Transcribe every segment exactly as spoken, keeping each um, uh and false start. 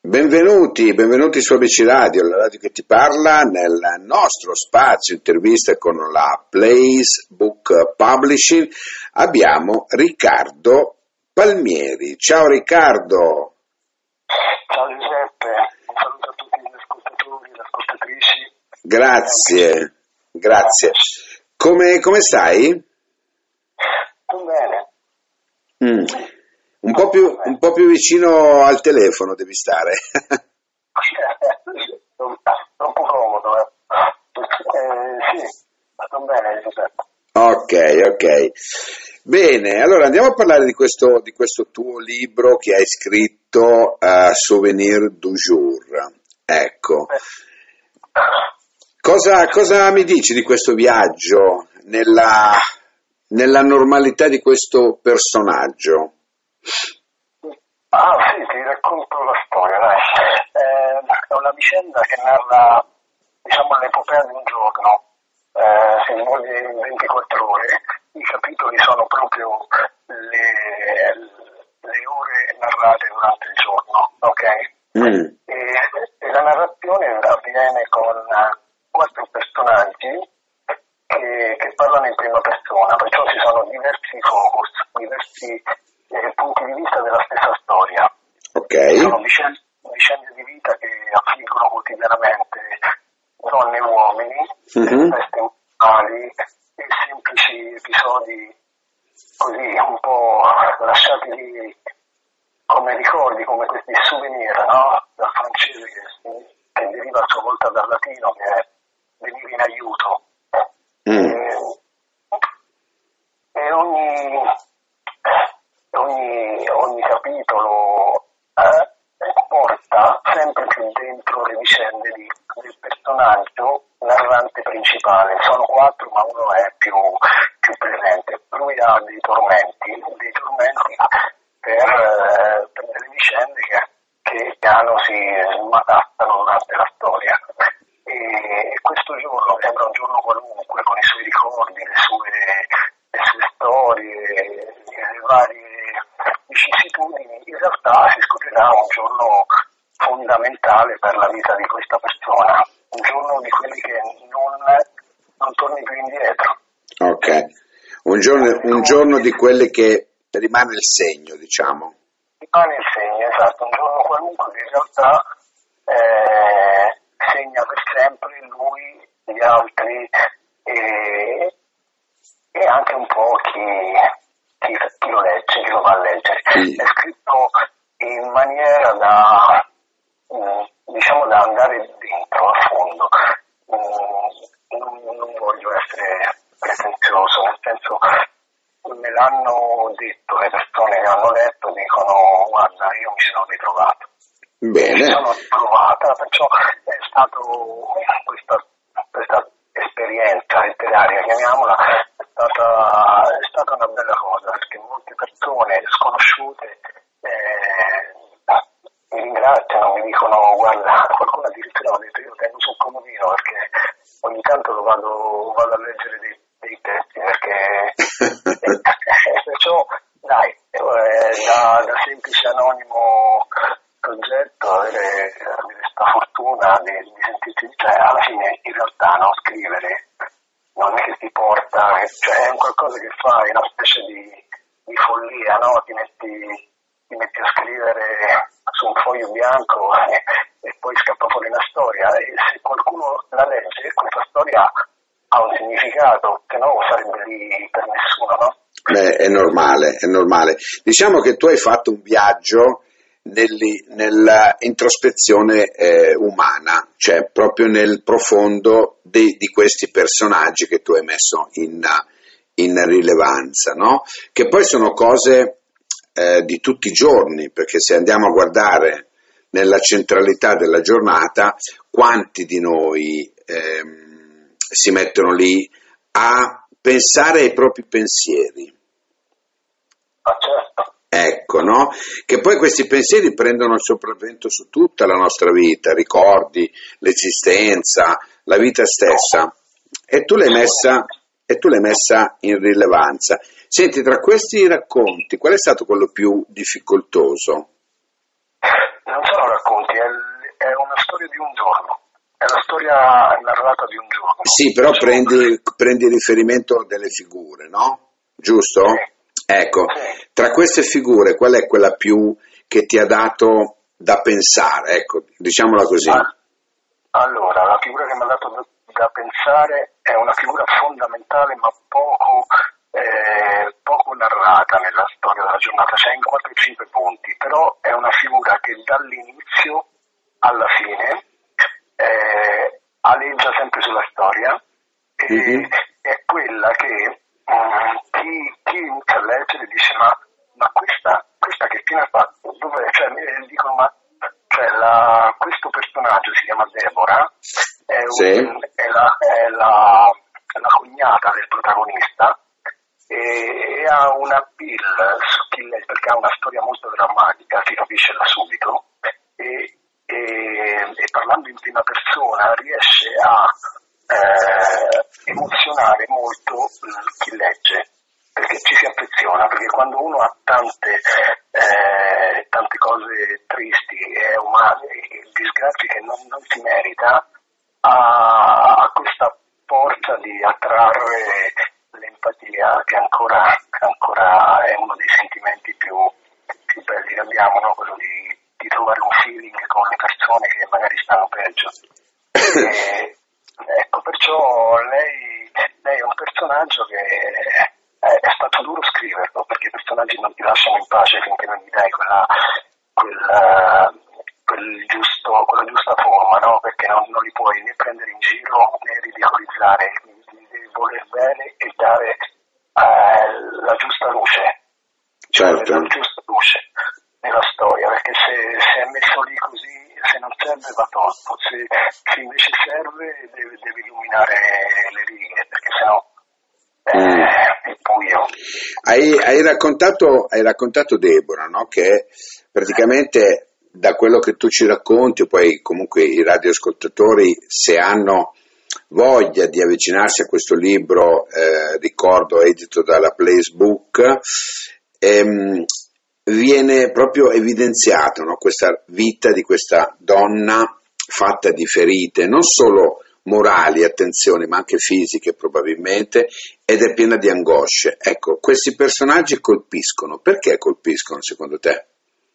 Benvenuti, benvenuti su A B C Radio, la radio che ti parla, nel nostro spazio intervista con la Place Book Publishing. Abbiamo Riccardo Palmieri. Ciao Riccardo. Ciao Giuseppe, un saluto a tutti gli ascoltatori e le ascoltatrici. Grazie, grazie. Come, come stai? Tutto bene. Mm. Un po' più, un po' più vicino al telefono devi stare. Troppo comodo, eh. eh sì, sto bene Giuseppe. Ok, ok. Bene, allora andiamo a parlare di questo, di questo tuo libro che hai scritto, uh, Souvenir du jour. Ecco. Cosa, cosa mi dici di questo viaggio nella, nella normalità di questo personaggio? Ah sì, ti racconto la storia, dai. Eh, è una vicenda che narra, diciamo, l'epopea di un giorno, eh, si svolge in ventiquattro ore, i capitoli sono proprio le, le ore narrate durante il giorno, ok? Mm. E, e la narrazione avviene con quattro personaggi che, che parlano in prima persona, perciò ci sono diversi focus, diversi eh, punti di vista della stessa storia. Ok. Sono vicende, vicende di vita che affliggono quotidianamente donne e uomini, Mhm. tempeste mortali e semplici episodi così un po' lasciati lì come ricordi, come questi souvenir, no? Dal francese che, che deriva a sua volta dal latino, che è venire in aiuto. Mm. E, e ogni, ogni, ogni capitolo eh, porta sempre più dentro le vicende di, del personaggio narrante principale. Sono quattro, ma uno è più, più presente. Lui ha dei tormenti, dei tormenti per, eh, per delle vicende che, che piano si smatattano durante la storia. E questo giorno sembra un giorno qualunque, con i suoi ricordi, le sue, le sue storie, le varie vicissitudini. In realtà si scoprirà un giorno fondamentale per la vita di questa persona, un giorno di quelli che non, non torni più indietro. Ok. Un giorno, un giorno di quelli che rimane il segno, diciamo. Rimane il segno, esatto, un giorno qualunque che in realtà eh, segna per sempre lui, gli altri e, e anche un po' chi, chi, chi lo legge, chi lo va a leggere. Sì. È scritto in maniera da, mh, diciamo, da andare dentro a fondo. Mh, non, non voglio essere pretenzioso, nel senso, me l'hanno detto le persone che hanno letto, dicono guarda, io mi sono ritrovato. Mi Bene. sono ritrovata, perciò è stato questa, questa esperienza letteraria, chiamiamola, è stata, è stata una bella cosa, perché molte persone sconosciute eh, mi ringraziano, mi dicono guarda, qualcuno addirittura mi ha detto io tengo sul comodino perché ogni tanto lo vado, vado a leggere dei, dei testi, perché perciò dai, eh, da, da semplice anonimo progetto avere, avere questa fortuna di, di sentirsi, cioè alla fine in realtà no, scrivere non è che ti porta, cioè è un qualcosa che fai, una specie di, di follia, no? Ti metti, ti metti a scrivere su un foglio bianco e, e poi scappa fuori una storia, e se qualcuno la legge questa storia ha un significato, se no sarebbe lì per nessuno, no? Beh, è normale, è normale. Diciamo che tu hai fatto un viaggio nelli- nella introspezione eh, umana, cioè proprio nel profondo di, di questi personaggi che tu hai messo in, in rilevanza, no? Che poi sono cose eh, di tutti i giorni, perché se andiamo a guardare nella centralità della giornata, quanti di noi ehm, si mettono lì a pensare ai propri pensieri. Ah, certo. Ecco, no? Che poi questi pensieri prendono il sopravvento su tutta la nostra vita, ricordi, l'esistenza, la vita stessa, e tu l'hai messa, e tu l'hai messa in rilevanza. Senti, tra questi racconti, qual è stato quello più difficoltoso? Non sono racconti Racconti è, è una storia di un giorno, è la storia narrata di un giorno. Sì, però prendi, prendi riferimento delle figure, no? Giusto? Sì. Ecco, Sì. Tra queste figure qual è quella più che ti ha dato da pensare? Ecco, diciamola così. Ah, allora, la figura che mi ha dato da, da pensare è una figura fondamentale ma poco, eh, poco narrata nella storia della giornata, cioè in quattro cinque punti, però è una figura che dall'inizio alla fine eh, aleggia sempre sulla storia e Mm-hmm. è quella che um, chi, chi inizia a leggere dice ma, ma questa, questa che fine ha fatto? Dove, cioè, eh, dicono ma cioè, la, questo personaggio si chiama Deborah, è, un, Sì. è, la, è la, la cognata del protagonista e, e ha un appeal su chi legge perché ha una storia molto drammatica, si capisce da subito e, e, e parlando in prima persona riesce a eh, emozionare molto chi legge perché ci si affeziona, perché quando uno ha tante eh, tante cose tristi e umane, disgrazie che non, non si merita, ha, ha questa forza di attrarre l'empatia che ancora, che ancora è uno dei sentimenti più, più belli che abbiamo, no? Quello di, di trovare un feeling con le persone che magari stanno peggio. E, ecco, perciò lei, lei è un personaggio che è, è stato duro scriverlo, perché i personaggi non ti lasciano in pace finché non gli dai quella, quella, quel giusto, quella giusta forma, no? Perché non, non li puoi né prendere in giro né ridicolizzare, devi voler bene e dare eh, la giusta luce, Certo. la giusta luce nella storia, perché se, se è messo lì così, se non serve va tolto, se, se invece serve deve, deve illuminare le righe, perché sennò Mm. eh, è buio. Hai, hai raccontato, hai raccontato Deborah, no? Che praticamente da quello che tu ci racconti, o poi comunque i radioascoltatori, se hanno voglia di avvicinarsi a questo libro, eh, ricordo edito dalla Place Book, ehm, viene proprio evidenziato, no? Questa vita di questa donna fatta di ferite, non solo morali, attenzione, ma anche fisiche probabilmente, ed è piena di angosce. Ecco, questi personaggi colpiscono. Perché colpiscono secondo te?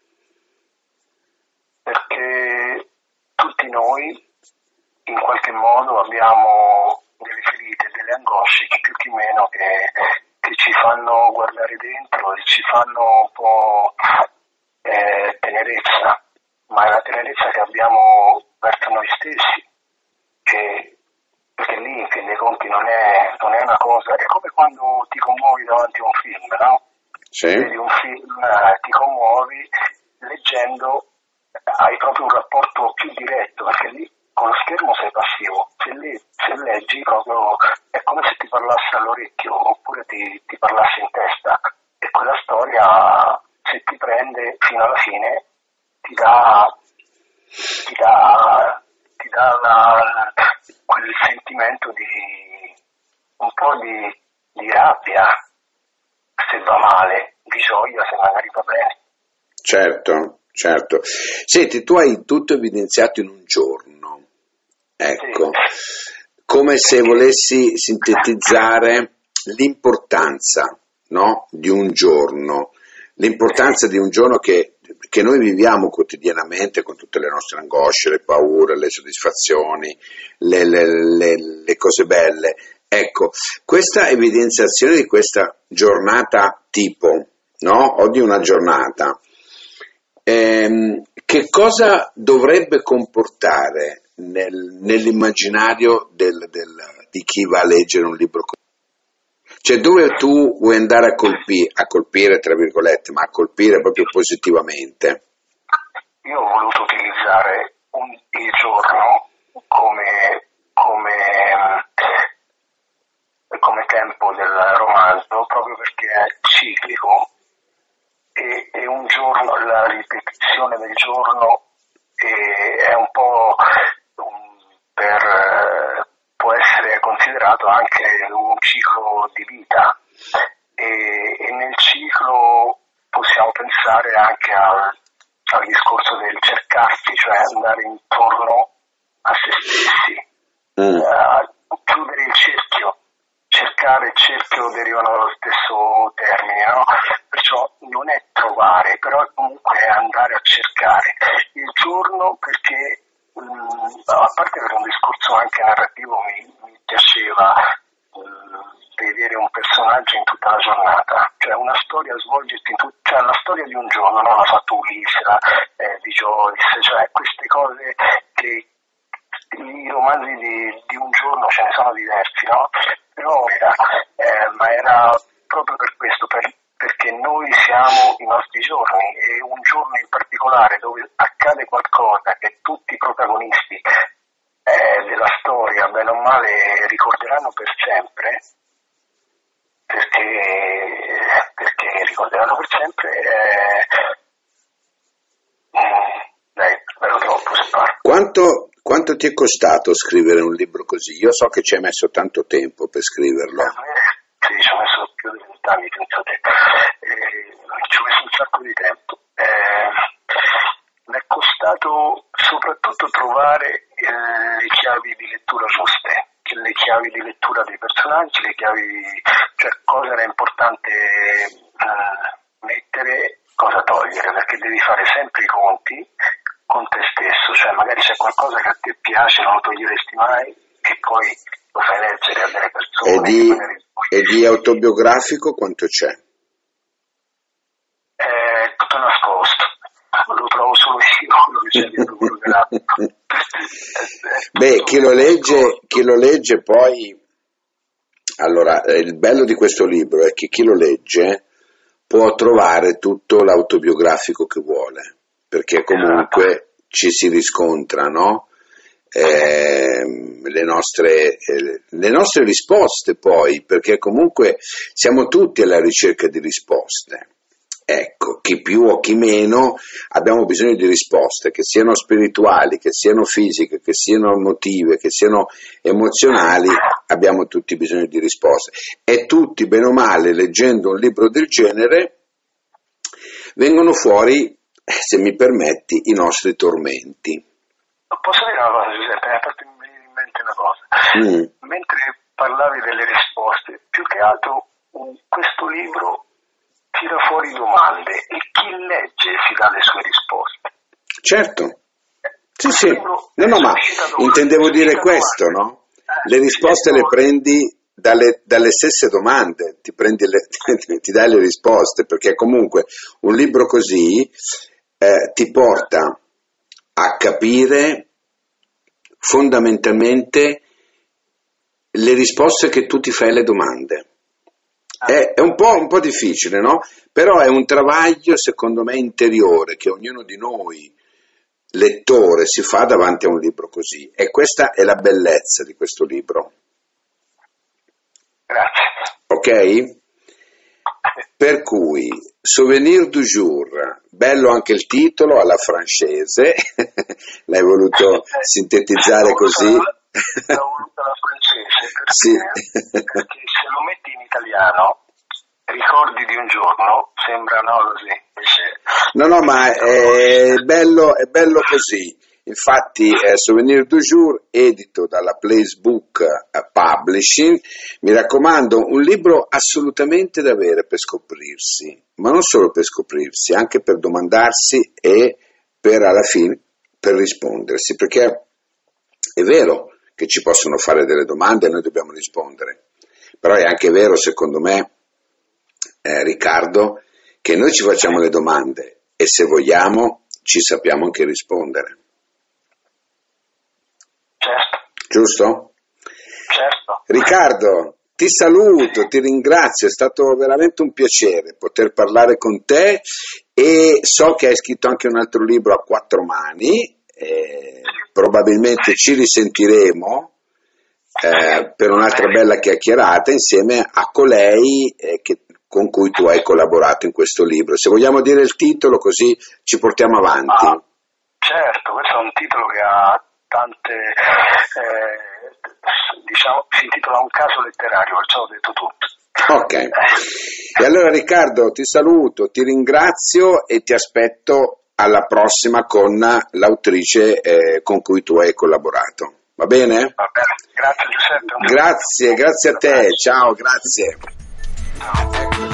Perché tutti noi in qualche modo abbiamo delle ferite, delle angosce, chi più chi meno, che, che ci fanno guardare dentro e ci fanno un po' eh, tenerezza, ma è la tenerezza che abbiamo verso noi stessi. Che, perché lì in fin dei conti non è, non è una cosa, è come quando ti commuovi davanti a un film, no? Sì. Vedi un film, eh, ti commuovi, leggendo hai proprio un rapporto più diretto, perché lì con lo schermo sei passivo, se, lì, se leggi proprio è come se ti parlasse all'orecchio oppure ti, ti parlasse in testa e quella storia se ti prende fino alla fine ti dà, ti dà ti dà la, quel sentimento di un po' di, di rabbia se va male, di gioia se magari va bene. Certo, certo. Senti, tu hai tutto evidenziato in un giorno, ecco, Sì. Come se volessi sintetizzare l'importanza, no? Di un giorno, l'importanza di un giorno che che noi viviamo quotidianamente con tutte le nostre angosce, le paure, le soddisfazioni, le, le, le, le cose belle. Ecco, questa evidenziazione di questa giornata tipo, no? O di una giornata, ehm, che cosa dovrebbe comportare nel, nell'immaginario del, del, di chi va a leggere un libro così? Cioè, dove tu vuoi andare a colpire, a colpire tra virgolette, ma a colpire proprio positivamente? Io ho voluto utilizzare un, il giorno come, come, come tempo del romanzo proprio perché è ciclico e, e un giorno, la ripetizione del giorno è, è un po' un, per... può essere considerato anche un ciclo di vita e, e nel ciclo possiamo pensare anche al, al discorso del cercarsi, cioè andare intorno a se stessi, mm. uh, chiudere il cerchio, cercare il cerchio derivano dallo stesso termine, no? Perciò non è trovare, però è comunque andare a cercare il giorno, perché um, a parte per un discorso anche narrativo mi, mi piaceva um, vedere un personaggio in tutta la giornata, cioè una storia svolgersi in tut- cioè la storia di un giorno, non l'ha fatto Ulisse, la, eh, di Joyce, cioè queste cose che i romanzi di, di un giorno ce ne sono diversi, no? Però era, eh, ma era proprio per questo, per, perché noi siamo i nostri giorni, e un giorno in particolare dove accade qualcosa che tutti i protagonisti eh, della storia, bene o male, ricorderanno per sempre, perché, perché ricorderanno per sempre, eh, dai, spero troppo se parlo. Quanto, quanto ti è costato scrivere un libro così? Io so che ci hai messo tanto tempo per scriverlo. Eh, sì, ci ho messo più di vent'anni, penso te. Eh, ci ho messo un sacco di tempo. Eh, mi è costato soprattutto trovare eh, le chiavi di lettura giuste, le chiavi di lettura dei personaggi, le chiavi, cioè cosa era importante eh, mettere, cosa togliere, perché devi fare sempre i conti con te stesso, cioè magari c'è qualcosa che a te piace, non lo toglieresti mai, e poi lo fai leggere a delle persone. E di, e di autobiografico quanto c'è? È tutto nascosto, lo trovo solo io, quello che c'è dietro quello che l'ha. Beh, chi lo legge, chi lo legge poi, allora, il bello di questo libro è che chi lo legge può trovare tutto l'autobiografico che vuole, perché comunque ci si riscontra, no? Eh, le nostre, eh, le nostre risposte poi, perché comunque siamo tutti alla ricerca di risposte. Ecco, chi più o chi meno abbiamo bisogno di risposte, che siano spirituali, che siano fisiche, che siano emotive, che siano emozionali, abbiamo tutti bisogno di risposte. E tutti, bene o male, leggendo un libro del genere, vengono fuori, se mi permetti, i nostri tormenti. Posso dire una cosa, Giuseppe? Mi ha fatto in mente una cosa. Mm. Mentre parlavi delle risposte, più che altro questo libro tira fuori domande e chi legge si dà le sue risposte. Certo, sì sì, no no ma intendevo dire questo, no? Le risposte le prendi dalle, dalle stesse domande, ti, prendi le, ti dai le risposte, perché comunque un libro così eh, ti porta a capire fondamentalmente le risposte che tu ti fai alle domande. È, è un po', un po' difficile, no? Però è un travaglio, secondo me, interiore che ognuno di noi, lettore, si fa davanti a un libro così. E questa è la bellezza di questo libro. Grazie. Ok? Per cui, Souvenir du jour, bello anche il titolo, alla francese, l'hai voluto sintetizzare così. L'ho voluto alla francese, perché, sì. Perché se lo metti in italiano, ricordi di un giorno, sembra no così. No, no, ma è bello, è bello così. Infatti è Souvenir du jour, edito dalla Place Book Publishing. Mi raccomando, un libro assolutamente da avere per scoprirsi, ma non solo per scoprirsi, anche per domandarsi e per alla fine per rispondersi, perché è vero che ci possono fare delle domande e noi dobbiamo rispondere, però è anche vero, secondo me, eh, Riccardo, che noi ci facciamo le domande e se vogliamo ci sappiamo anche rispondere. Certo. Giusto? Certo. Riccardo, ti saluto, ti ringrazio, è stato veramente un piacere poter parlare con te e so che hai scritto anche un altro libro a quattro mani, eh, probabilmente ci risentiremo eh, per un'altra bella chiacchierata insieme a colei eh, che, con cui tu hai collaborato in questo libro. Se vogliamo dire il titolo così ci portiamo avanti. Ah, certo, questo è un titolo che ha tante, eh, diciamo, si intitola Un caso letterario, perciò ho detto tutto. Ok, e allora Riccardo ti saluto, ti ringrazio e ti aspetto alla prossima con l'autrice eh, con cui tu hai collaborato. Va bene? Va bene, grazie Giuseppe. Grazie, grazie a te, ciao, grazie. Ciao.